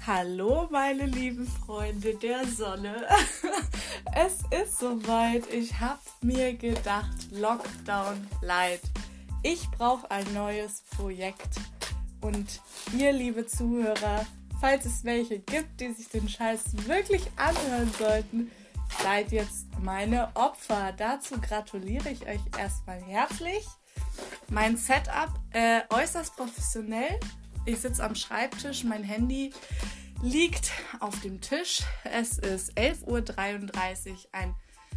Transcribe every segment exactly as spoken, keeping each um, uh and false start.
Hallo meine lieben Freunde der Sonne. Es ist soweit. Ich habe mir gedacht, Lockdown Light. Ich brauche ein neues Projekt. Und ihr, liebe Zuhörer, falls es welche gibt, die sich den Scheiß wirklich anhören sollten, seid jetzt meine Opfer. Dazu gratuliere ich euch erstmal herzlich. Mein Setup äh, äußerst professionell. Ich sitze am Schreibtisch, mein Handy liegt auf dem Tisch. Es ist elf Uhr dreiunddreißig, ein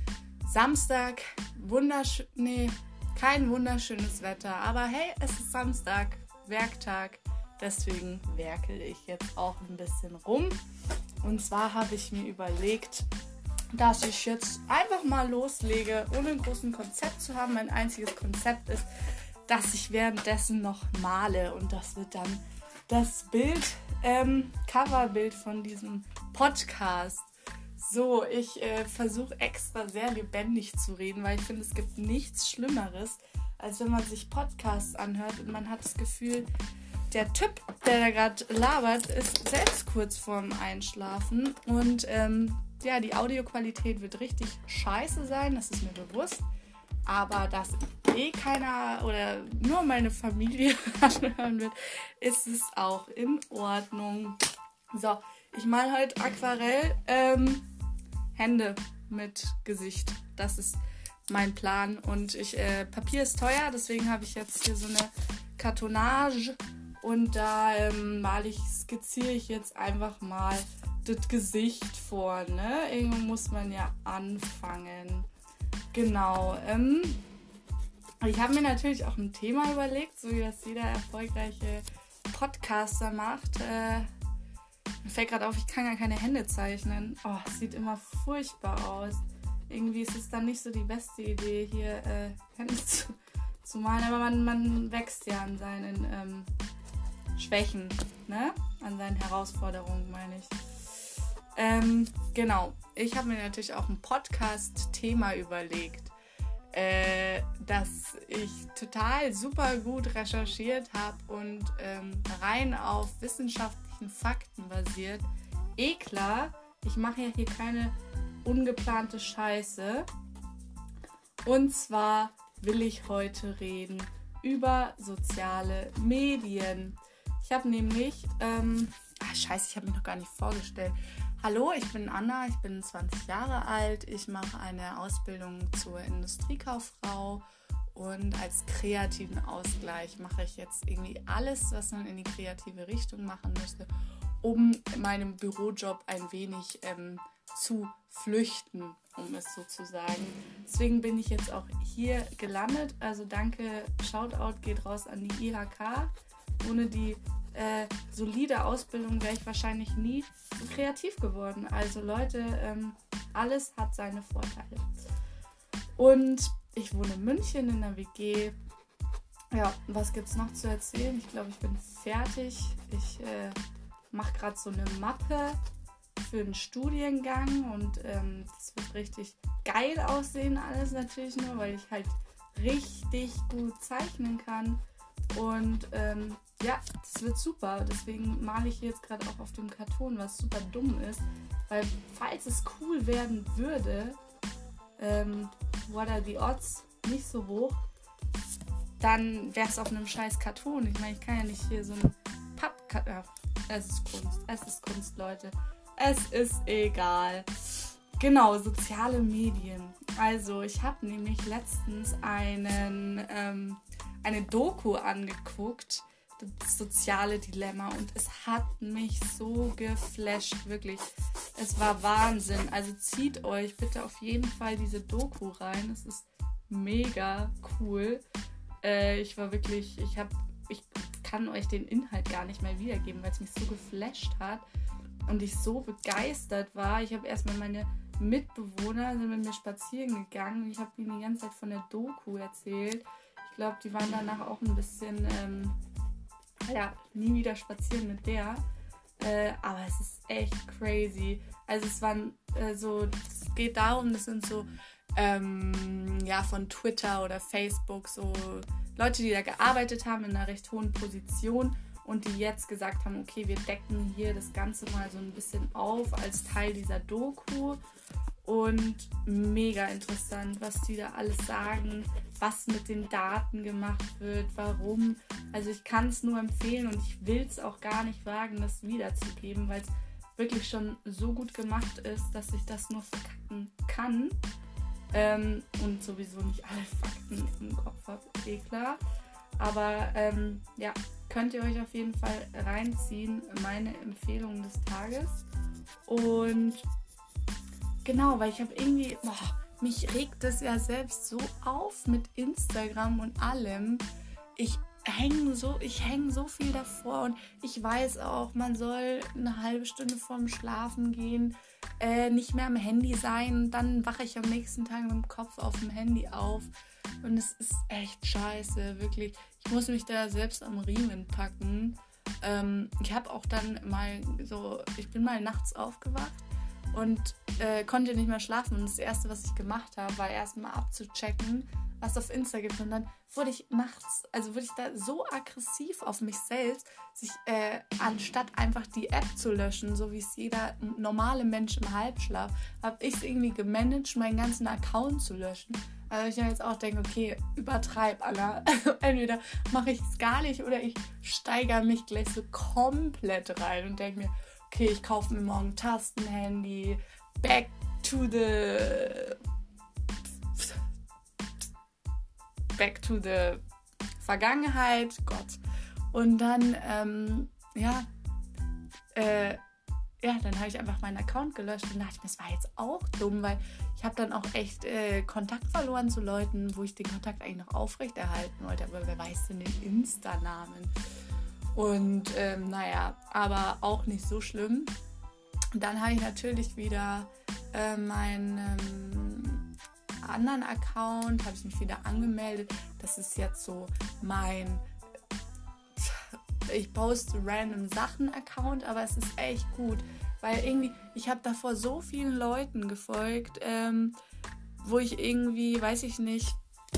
Samstag. Wunderschön, nee, kein wunderschönes Wetter, aber hey, es ist Samstag, Werktag. Deswegen werkel ich jetzt auch ein bisschen rum. Und zwar habe ich mir überlegt, dass ich jetzt einfach mal loslege, ohne ein großes Konzept zu haben. Mein einziges Konzept ist, dass ich währenddessen noch male und das wird dann das Bild, ähm, Coverbild von diesem Podcast. So, ich äh, versuche extra sehr lebendig zu reden, weil ich finde, es gibt nichts Schlimmeres, als wenn man sich Podcasts anhört und man hat das Gefühl, der Typ, der da gerade labert, ist selbst kurz vorm Einschlafen und ähm, ja, die Audioqualität wird richtig scheiße sein, das ist mir bewusst. Aber dass eh keiner oder nur meine Familie anhören wird, ist es auch in Ordnung. So, ich male heute Aquarell ähm, Hände mit Gesicht. Das ist mein Plan. Und ich äh, Papier ist teuer, deswegen habe ich jetzt hier so eine Kartonage. Und da ähm, male ich, skizziere ich jetzt einfach mal das Gesicht vor. Ne? Irgendwo muss man ja anfangen. Genau. Ähm, ich habe mir natürlich auch ein Thema überlegt, so wie das jeder erfolgreiche Podcaster macht. Äh, mir fällt gerade auf, ich kann gar keine Hände zeichnen. Oh, es sieht immer furchtbar aus. Irgendwie ist es dann nicht so die beste Idee, hier äh, Hände zu, zu malen. Aber man, man wächst ja an seinen ähm, Schwächen, ne? An seinen Herausforderungen, meine ich. Ähm, genau. Ich habe mir natürlich auch ein Podcast-Thema überlegt, äh, das ich total super gut recherchiert habe und ähm, rein auf wissenschaftlichen Fakten basiert. Eh klar, ich mache ja hier keine ungeplante Scheiße. Und zwar will ich heute reden über soziale Medien. Ich habe nämlich, ähm, ach scheiße, ich habe mich noch gar nicht vorgestellt. Hallo, ich bin Anna, ich bin zwanzig Jahre alt, ich mache eine Ausbildung zur Industriekauffrau und als kreativen Ausgleich mache ich jetzt irgendwie alles, was man in die kreative Richtung machen müsste, um meinem Bürojob ein wenig ähm, zu flüchten, um es so zu sagen. Deswegen bin ich jetzt auch hier gelandet, also danke, Shoutout geht raus an die I H K, ohne die Äh, solide Ausbildung wäre ich wahrscheinlich nie so kreativ geworden. Also Leute, ähm, alles hat seine Vorteile. Und ich wohne in München in der W G. Ja, was gibt's noch zu erzählen? Ich glaube, ich bin fertig. Ich äh, mache gerade so eine Mappe für einen Studiengang und ähm, das wird richtig geil aussehen, alles natürlich nur, weil ich halt richtig gut zeichnen kann. Und ähm, ja, das wird super. Deswegen male ich jetzt gerade auch auf dem Karton, was super dumm ist. Weil falls es cool werden würde, ähm, what are the odds, nicht so hoch, dann wäre es auf einem scheiß Karton. Ich meine, ich kann ja nicht hier so ein Pappkarton. Ja, es ist Kunst. Es ist Kunst, Leute. Es ist egal. Genau, soziale Medien. Also, ich habe nämlich letztens einen, ähm, eine Doku angeguckt, das soziale Dilemma, und es hat mich so geflasht, wirklich. Es war Wahnsinn. Also zieht euch bitte auf jeden Fall diese Doku rein. Es ist mega cool. Äh, ich war wirklich, ich habe, ich kann euch den Inhalt gar nicht mehr wiedergeben, weil es mich so geflasht hat und ich so begeistert war. Ich habe erstmal meine Mitbewohner sind mit mir spazieren gegangen. Ich habe ihnen die ganze Zeit von der Doku erzählt. Ich glaube, die waren danach auch ein bisschen, ähm, ja, nie wieder spazieren mit der. Äh, aber es ist echt crazy. Also es waren äh, so, es geht darum, das sind so, ähm, ja, von Twitter oder Facebook so Leute, die da gearbeitet haben in einer recht hohen Position und die jetzt gesagt haben, okay, wir decken hier das Ganze mal so ein bisschen auf als Teil dieser Doku. Und mega interessant, was die da alles sagen, was mit den Daten gemacht wird, warum. Also ich kann es nur empfehlen und ich will es auch gar nicht wagen, das wiederzugeben, weil es wirklich schon so gut gemacht ist, dass ich das nur verkacken kann. Ähm, und sowieso nicht alle Fakten im Kopf habe, eh klar. Aber ähm, ja, könnt ihr euch auf jeden Fall reinziehen, meine Empfehlung des Tages. Und genau, weil ich habe irgendwie, boah, mich regt es ja selbst so auf mit Instagram und allem. Ich hänge so, ich hänge so viel davor und ich weiß auch, man soll eine halbe Stunde vorm Schlafen gehen, äh, nicht mehr am Handy sein. Dann wache ich am nächsten Tag mit dem Kopf auf dem Handy auf und es ist echt scheiße, wirklich. Ich muss mich da selbst am Riemen packen. Ähm, ich habe auch dann mal so, ich bin mal nachts aufgewacht und äh, konnte nicht mehr schlafen. Und das Erste, was ich gemacht habe, war erstmal abzuchecken, was es auf Insta gibt. Und dann wurde ich nachts, also wurde ich da so aggressiv auf mich selbst, dass ich, äh, anstatt einfach die App zu löschen, so wie es jeder normale Mensch im Halbschlaf, habe ich es irgendwie gemanagt, meinen ganzen Account zu löschen. Also ich dann jetzt auch denke, okay, übertreib, Anna. Entweder mache ich es gar nicht oder ich steigere mich gleich so komplett rein und denke mir, okay, ich kaufe mir morgen ein Tastenhandy, back to the back to the Vergangenheit, Gott. Und dann, ähm, ja, äh, ja, dann habe ich einfach meinen Account gelöscht und dachte, das war jetzt auch dumm, weil ich habe dann auch echt äh, Kontakt verloren zu Leuten, wo ich den Kontakt eigentlich noch aufrechterhalten wollte, aber wer weiß denn den Insta-Namen? Und ähm, naja, aber auch nicht so schlimm. Dann habe ich natürlich wieder äh, meinen ähm, anderen Account, habe ich mich wieder angemeldet. Das ist jetzt so mein, ich poste random Sachen Account, aber es ist echt gut, weil irgendwie, ich habe davor so vielen Leuten gefolgt, ähm, wo ich irgendwie, weiß ich nicht,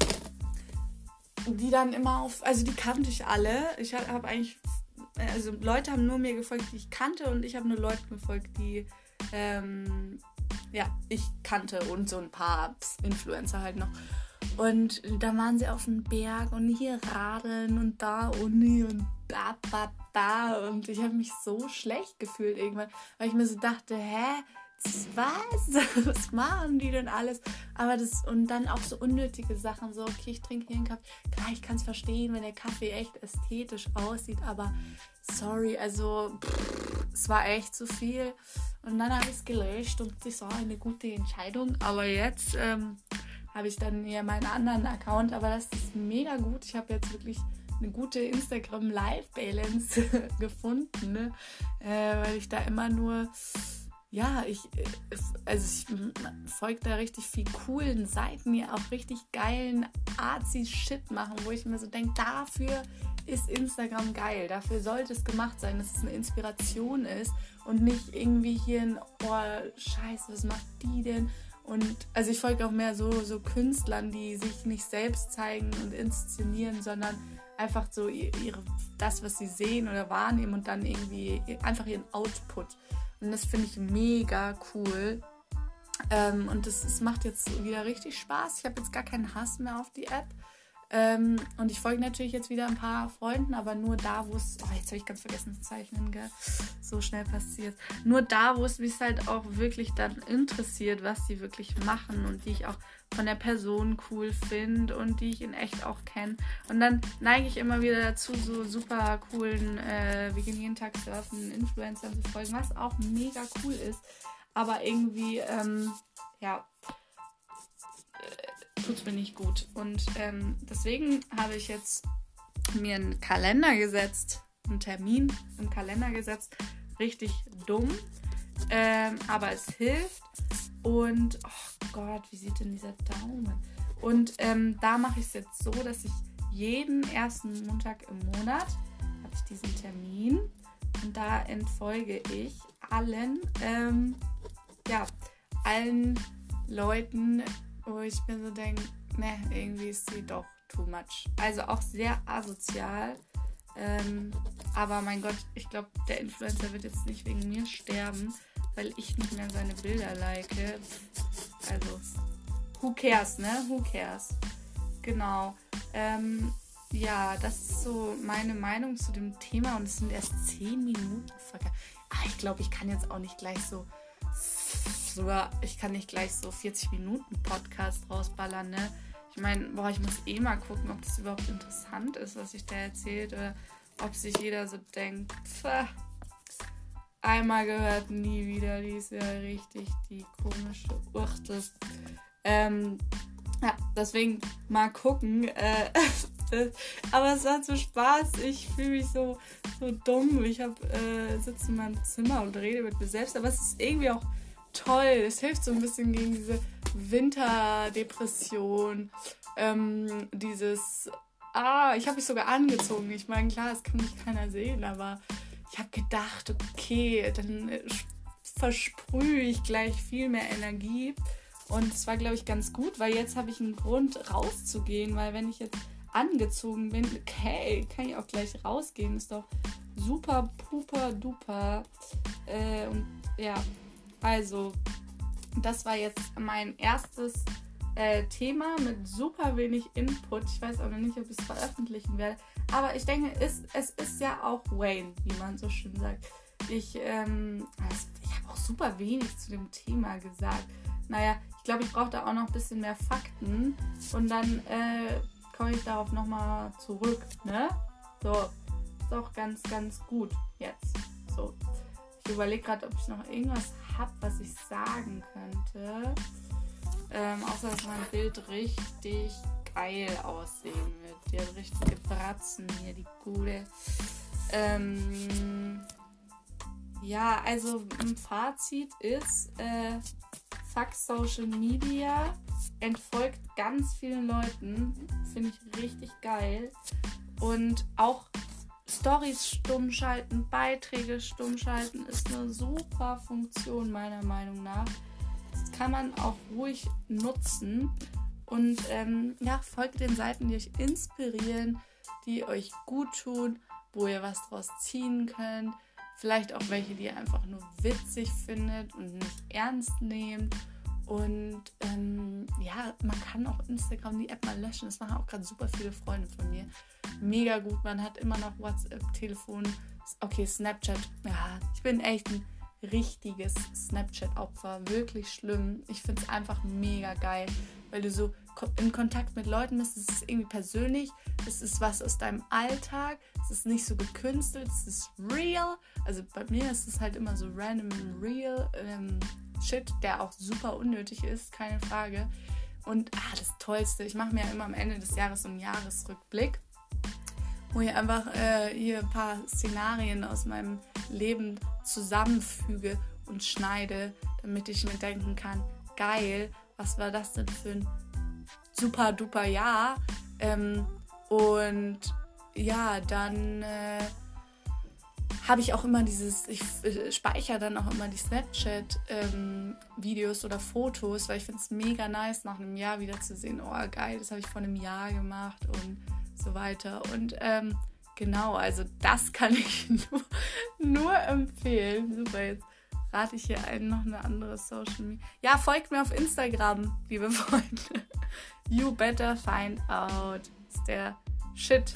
die dann immer auf, also die kannte ich alle. Ich habe eigentlich, also Leute haben nur mir gefolgt, die ich kannte und ich habe nur Leuten gefolgt, die, ähm, ja, ich kannte und so ein paar Influencer halt noch. Und da waren sie auf dem Berg und hier radeln und da Uni und da, da, da. Und ich habe mich so schlecht gefühlt irgendwann, weil ich mir so dachte, hä, was? Was machen die denn alles? Aber das, und dann auch so unnötige Sachen, so, okay, ich trinke hier einen Kaffee. Klar, ich kann es verstehen, wenn der Kaffee echt ästhetisch aussieht, aber sorry, also pff, es war echt zu viel. Und dann habe ich es gelöscht und das war eine gute Entscheidung. Aber jetzt ähm, habe ich dann hier meinen anderen Account, aber das ist mega gut. Ich habe jetzt wirklich eine gute Instagram-Life-Balance gefunden, ne? äh, weil ich da immer nur, ja, ich, also ich folge da richtig viel coolen Seiten, die auch richtig geilen Arzi-Shit machen, wo ich mir so denke, dafür ist Instagram geil, dafür sollte es gemacht sein, dass es eine Inspiration ist und nicht irgendwie hier ein, oh, scheiße, was macht die denn? Und also ich folge auch mehr so, so Künstlern, die sich nicht selbst zeigen und inszenieren, sondern einfach so ihre, das, was sie sehen oder wahrnehmen und dann irgendwie einfach ihren Output. Und das finde ich mega cool. Ähm, und das, das macht jetzt wieder richtig Spaß. Ich habe jetzt gar keinen Hass mehr auf die App. Ähm, und ich folge natürlich jetzt wieder ein paar Freunden, aber nur da, wo es... Oh, jetzt habe ich ganz vergessen zu zeichnen, gell? So schnell passiert. Nur da, wo es mich halt auch wirklich dann interessiert, was die wirklich machen und die ich auch von der Person cool finde und die ich in echt auch kenne. Und dann neige ich immer wieder dazu, so super coolen, äh, wir gehen jeden Tag surfen, Influencern zu folgen, was auch mega cool ist. Aber irgendwie, ähm, ja... tut es mir nicht gut. Und ähm, deswegen habe ich jetzt mir einen Kalender gesetzt, einen Termin im Kalender gesetzt. Richtig dumm, ähm, aber es hilft. Und, oh Gott, wie sieht denn dieser Daumen? Und ähm, da mache ich es jetzt so, dass ich jeden ersten Montag im Monat habe ich diesen Termin und da entfolge ich allen, ähm, ja, allen Leuten, wo ich mir so denke, ne, irgendwie ist sie doch too much. Also auch sehr asozial. Ähm, aber mein Gott, ich glaube, der Influencer wird jetzt nicht wegen mir sterben, weil ich nicht mehr seine Bilder like. Also, who cares, ne? Who cares? Genau. Ähm, ja, das ist so meine Meinung zu dem Thema und es sind erst zehn Minuten vergangen. Ah, ich glaube, ich kann jetzt auch nicht gleich so sogar, ich kann nicht gleich so vierzig Minuten Podcast rausballern, ne? Ich meine, boah, ich muss eh mal gucken, ob das überhaupt interessant ist, was ich da erzählt, oder ob sich jeder so denkt, pfff, einmal gehört, nie wieder, die ist ja richtig die komische Urchtel. Ähm, ja, deswegen mal gucken. Äh, aber es hat so Spaß, ich fühle mich so, so dumm. Ich hab, äh, sitze in meinem Zimmer und rede mit mir selbst, aber es ist irgendwie auch toll. Es hilft so ein bisschen gegen diese Winterdepression. Ähm, dieses, ah, ich habe mich sogar angezogen. Ich meine, klar, das kann mich keiner sehen, aber ich habe gedacht, okay, dann versprühe ich gleich viel mehr Energie. Und es war, glaube ich, ganz gut, weil jetzt habe ich einen Grund rauszugehen, weil wenn ich jetzt angezogen bin, okay, kann ich auch gleich rausgehen. Ist doch super, puper, duper. Äh, und ja, also, das war jetzt mein erstes äh, Thema mit super wenig Input. Ich weiß auch noch nicht, ob ich es veröffentlichen werde. Aber ich denke, es, es ist ja auch Wayne, wie man so schön sagt. Ich, ähm, ich habe auch super wenig zu dem Thema gesagt. Naja, ich glaube, ich brauche da auch noch ein bisschen mehr Fakten. Und dann äh, komme ich darauf nochmal zurück, ne? So, ist auch ganz, ganz gut jetzt. So, ich überlege gerade, ob ich noch irgendwas habe, was ich sagen könnte. Ähm, außer, dass mein Bild richtig geil aussehen wird. Die hat richtige Bratzen hier, die gute. Ähm, ja, also ein Fazit ist, äh, fuck Social Media, entfolgt ganz vielen Leuten, finde ich richtig geil. Und auch Storys stumm schalten, Beiträge stumm schalten ist eine super Funktion meiner Meinung nach. Das kann man auch ruhig nutzen. Und ähm, ja, folgt den Seiten, die euch inspirieren, die euch gut tun, wo ihr was draus ziehen könnt. Vielleicht auch welche, die ihr einfach nur witzig findet und nicht ernst nehmt. Und ähm, ja, man kann auch Instagram, die App mal löschen. Das machen auch gerade super viele Freunde von mir. Mega gut, man hat immer noch WhatsApp, Telefon. Okay, Snapchat. Ja, ich bin echt ein richtiges Snapchat-Opfer. Wirklich schlimm. Ich finde es einfach mega geil, weil du so in Kontakt mit Leuten bist. Es ist irgendwie persönlich. Es ist was aus deinem Alltag. Es ist nicht so gekünstelt. Es ist real. Also bei mir ist es halt immer so random real ähm, Shit, der auch super unnötig ist, keine Frage. Und ah, das Tollste, ich mache mir ja immer am Ende des Jahres so einen Jahresrückblick, wo ich einfach äh, hier ein paar Szenarien aus meinem Leben zusammenfüge und schneide, damit ich mir denken kann, geil, was war das denn für ein super duper Jahr? Ähm, und ja, dann äh, habe ich auch immer dieses, ich äh, speichere dann auch immer die Snapchat-Videos ähm, oder Fotos, weil ich finde es mega nice, nach einem Jahr wieder zu sehen, oh geil, das habe ich vor einem Jahr gemacht und so weiter. Und ähm, genau, also das kann ich nur, nur empfehlen. Super, jetzt rate ich hier einen noch eine andere Social Media. Ja, folgt mir auf Instagram, liebe Freunde. You better find out. Das ist der Shit.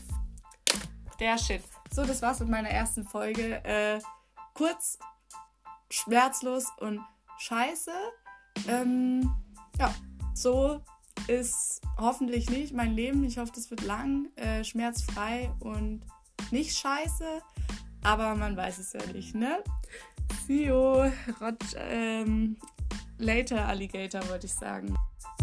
Der Shit. So, das war's mit meiner ersten Folge. Äh, kurz, schmerzlos und scheiße. Ähm, ja, so ist hoffentlich nicht mein Leben. Ich hoffe, das wird lang, äh, schmerzfrei und nicht scheiße. Aber man weiß es ja nicht, ne? See you. Rot, ähm, later, Alligator, wollte ich sagen.